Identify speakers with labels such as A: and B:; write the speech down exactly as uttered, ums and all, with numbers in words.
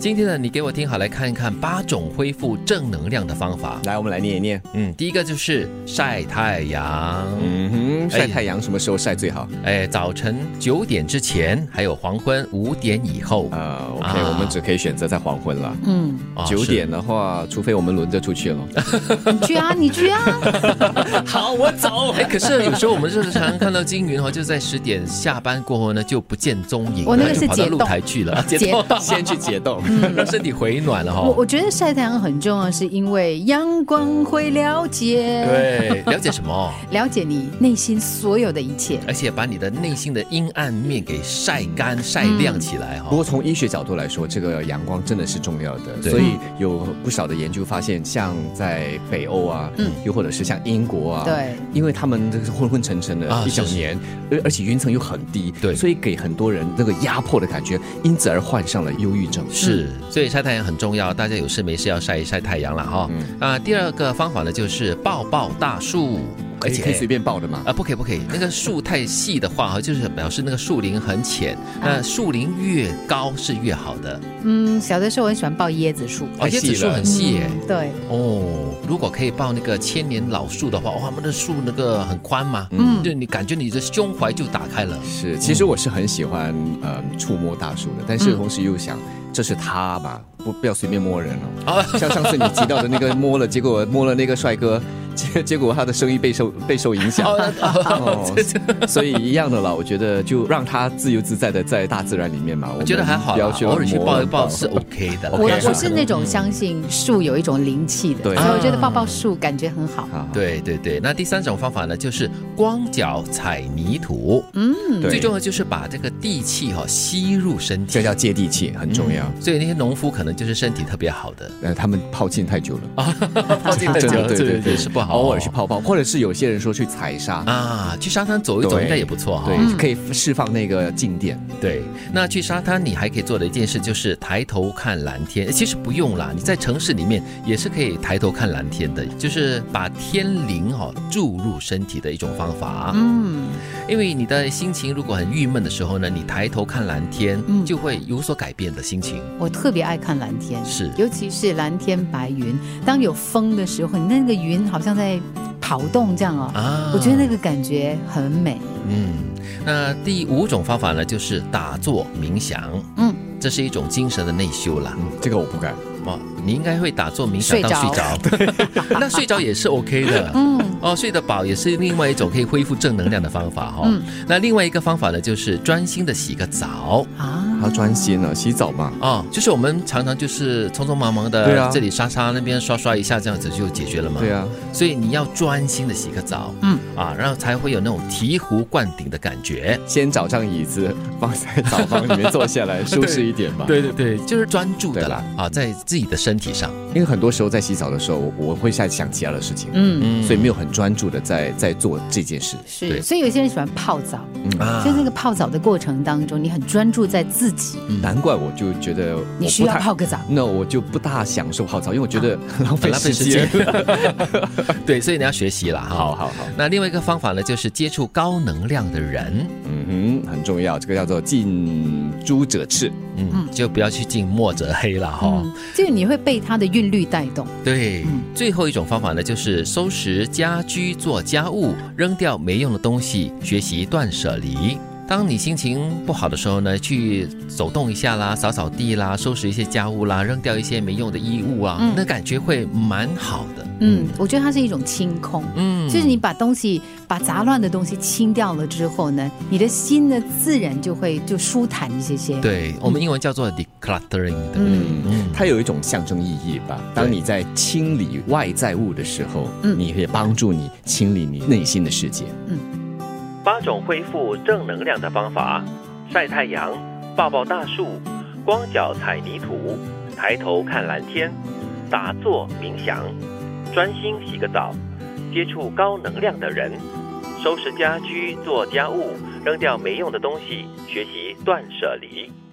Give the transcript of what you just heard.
A: 今天呢，你给我听好，来看一看八种恢复正能量的方法。
B: 来，我们来念一念。
A: 嗯，第一个就是晒太阳。
B: 嗯哼，晒太阳什么时候晒最好？
A: 哎，早晨九点之前，还有黄昏五点以后。
B: 呃 ，OK，、啊、我们只可以选择在黄昏了。
C: 嗯，
B: 九点的话，除非我们轮着出去了。
C: 你去啊，你去啊。
A: 好，我走。哎，可是有时候我们就是常常看到金云哈，就在十点下班过后呢，就不见踪影，
C: 我那个是
A: 跑到露台去了，
C: 解冻，
B: 先去解冻，
A: 让身体回暖了哈。
C: 我我觉得晒太阳很重要，是因为阳光会了解，
A: 对，了解什么？
C: 了解你内心所有的一切，
A: 而且把你的内心的阴暗面给晒干、晒亮起来哈。
B: 不过从医学角度来说，这个阳光真的是重要的，所以有不少的研究发现，像在北欧啊，嗯，又或者是像英国啊，
C: 对，
B: 因为他们这个是昏昏沉沉的一整年，而、啊、而且云层又很低，
A: 对，
B: 所以给很多人那个压迫的感觉，因此而患上了忧郁症。
A: 是，所以晒太阳很重要，大家有事没事要晒一晒太阳了哈。嗯、啊，第二个方法呢就是抱抱大树。
B: 而且可以随便抱的吗？
A: 啊，不可以不可以，那个树太细的话，就是表示那个树林很浅。那树林越高是越好的。
C: 嗯，小的时候我很喜欢抱椰子树，
A: 哦，椰子树很细耶。
C: 嗯、对。
A: 哦，如果可以抱那个千年老树的话，哇，我们的树那个很宽嘛，嗯，就你感觉你的胸怀就打开了。
B: 是，其实我是很喜欢呃触摸大树的，但是同时又想。嗯这是他吧，不不要随便摸人哦。像上次你提到的那个摸了，结果摸了那个帅哥，结结果他的生意备受备受影响。哦，所以一样的啦，我觉得就让他自由自在的在大自然里面嘛。
A: 我觉得还好，
B: 不要去
A: 偶尔去抱一抱是 OK 的。
C: 我我是那种相信树有一种灵气的，
B: 对，
C: 所以我觉得抱抱树感觉很好。
A: 对对对，那第三种方法呢，就是光脚踩泥土。嗯，最重要就是把这个地气哈、哦、吸入身体，
B: 这叫接地气，很重要。
A: 所以那些农夫可能就是身体特别好的，
B: 呃，他们泡浸太久了啊，
A: 泡浸太久了，
B: 对对对
A: 是不好。
B: 偶尔去泡泡，或者是有些人说去采沙
A: 啊，去沙滩走一走应该也不错哈，
B: 对，可以释放那个静电。
A: 对，那去沙滩你还可以做的一件事就是抬头看蓝天。其实不用啦，你在城市里面也是可以抬头看蓝天的，就是把天灵哈、哦、注入身体的一种方法。嗯，因为你的心情如果很郁闷的时候呢，你抬头看蓝天，嗯，就会有所改变的心情。
C: 我特别爱看蓝天，
A: 是，
C: 尤其是蓝天白云，当有风的时候，你那个云好像在跑动这样哦，啊，我觉得那个感觉很美。
A: 嗯，那第五种方法呢，就是打坐冥想。嗯，这是一种精神的内修啦。
B: 嗯，这个我不敢。
A: 哦，你应该会打坐冥想到睡着，对，那睡着也是 OK 的。嗯，哦，睡得饱也是另外一种可以恢复正能量的方法哈、哦。嗯，那另外一个方法呢，就是专心的洗个澡
B: 啊。要专心啊，洗澡嘛。
A: 哦，就是我们常常就是匆匆忙忙的，对啊，这里刷刷那边刷刷一下，这样子就解决了嘛。
B: 对啊，
A: 所以你要专心的洗个澡，嗯啊，然后才会有那种醍醐灌顶的感觉。
B: 先找张椅子放在澡房里面坐下来，舒适一点吧。
A: 对对对，就是专注的啦啊，在自己的身体上。
B: 因为很多时候在洗澡的时候，我会在想其他的事情，嗯，所以没有很专注的在在做这件事。
C: 是，所以有些人喜欢泡澡，嗯啊，在那个泡澡的过程当中，你很专注在自己。
B: 嗯、难怪我就觉得
C: 你需要泡个澡。
B: 那我就不大享受泡澡，因为我觉得很浪费时间。
A: 对，所以你要学习啦。
B: 好好好。
A: 那另外一个方法呢，就是接触高能量的人，
B: 嗯哼，很重要。这个叫做近朱者赤，
A: 嗯，就不要去近墨者黑了哈、哦。
C: 就你会被他的韵律带动。
A: 对、嗯，最后一种方法呢，就是收拾家居、做家务，扔掉没用的东西，学习断舍离。当你心情不好的时候呢，去走动一下啦，扫扫地啦，收拾一些家务啦，扔掉一些没用的衣物啊，嗯、那感觉会蛮好的。
C: 嗯，我觉得它是一种清空，嗯，就是你把东西把杂乱的东西清掉了之后呢，你的心呢自然就会就舒坦一些些。
A: 对，我们英文叫做 decluttering， 对不对？
B: 嗯嗯，它有一种象征意义吧。当你在清理外在物的时候，嗯，你可以帮助你清理你内心的世界。嗯。
A: 八种恢复正能量的方法：晒太阳、抱抱大树、光脚踩泥土、抬头看蓝天、打坐冥想、专心洗个澡、接触高能量的人、收拾家居、做家务、扔掉没用的东西、学习断舍离。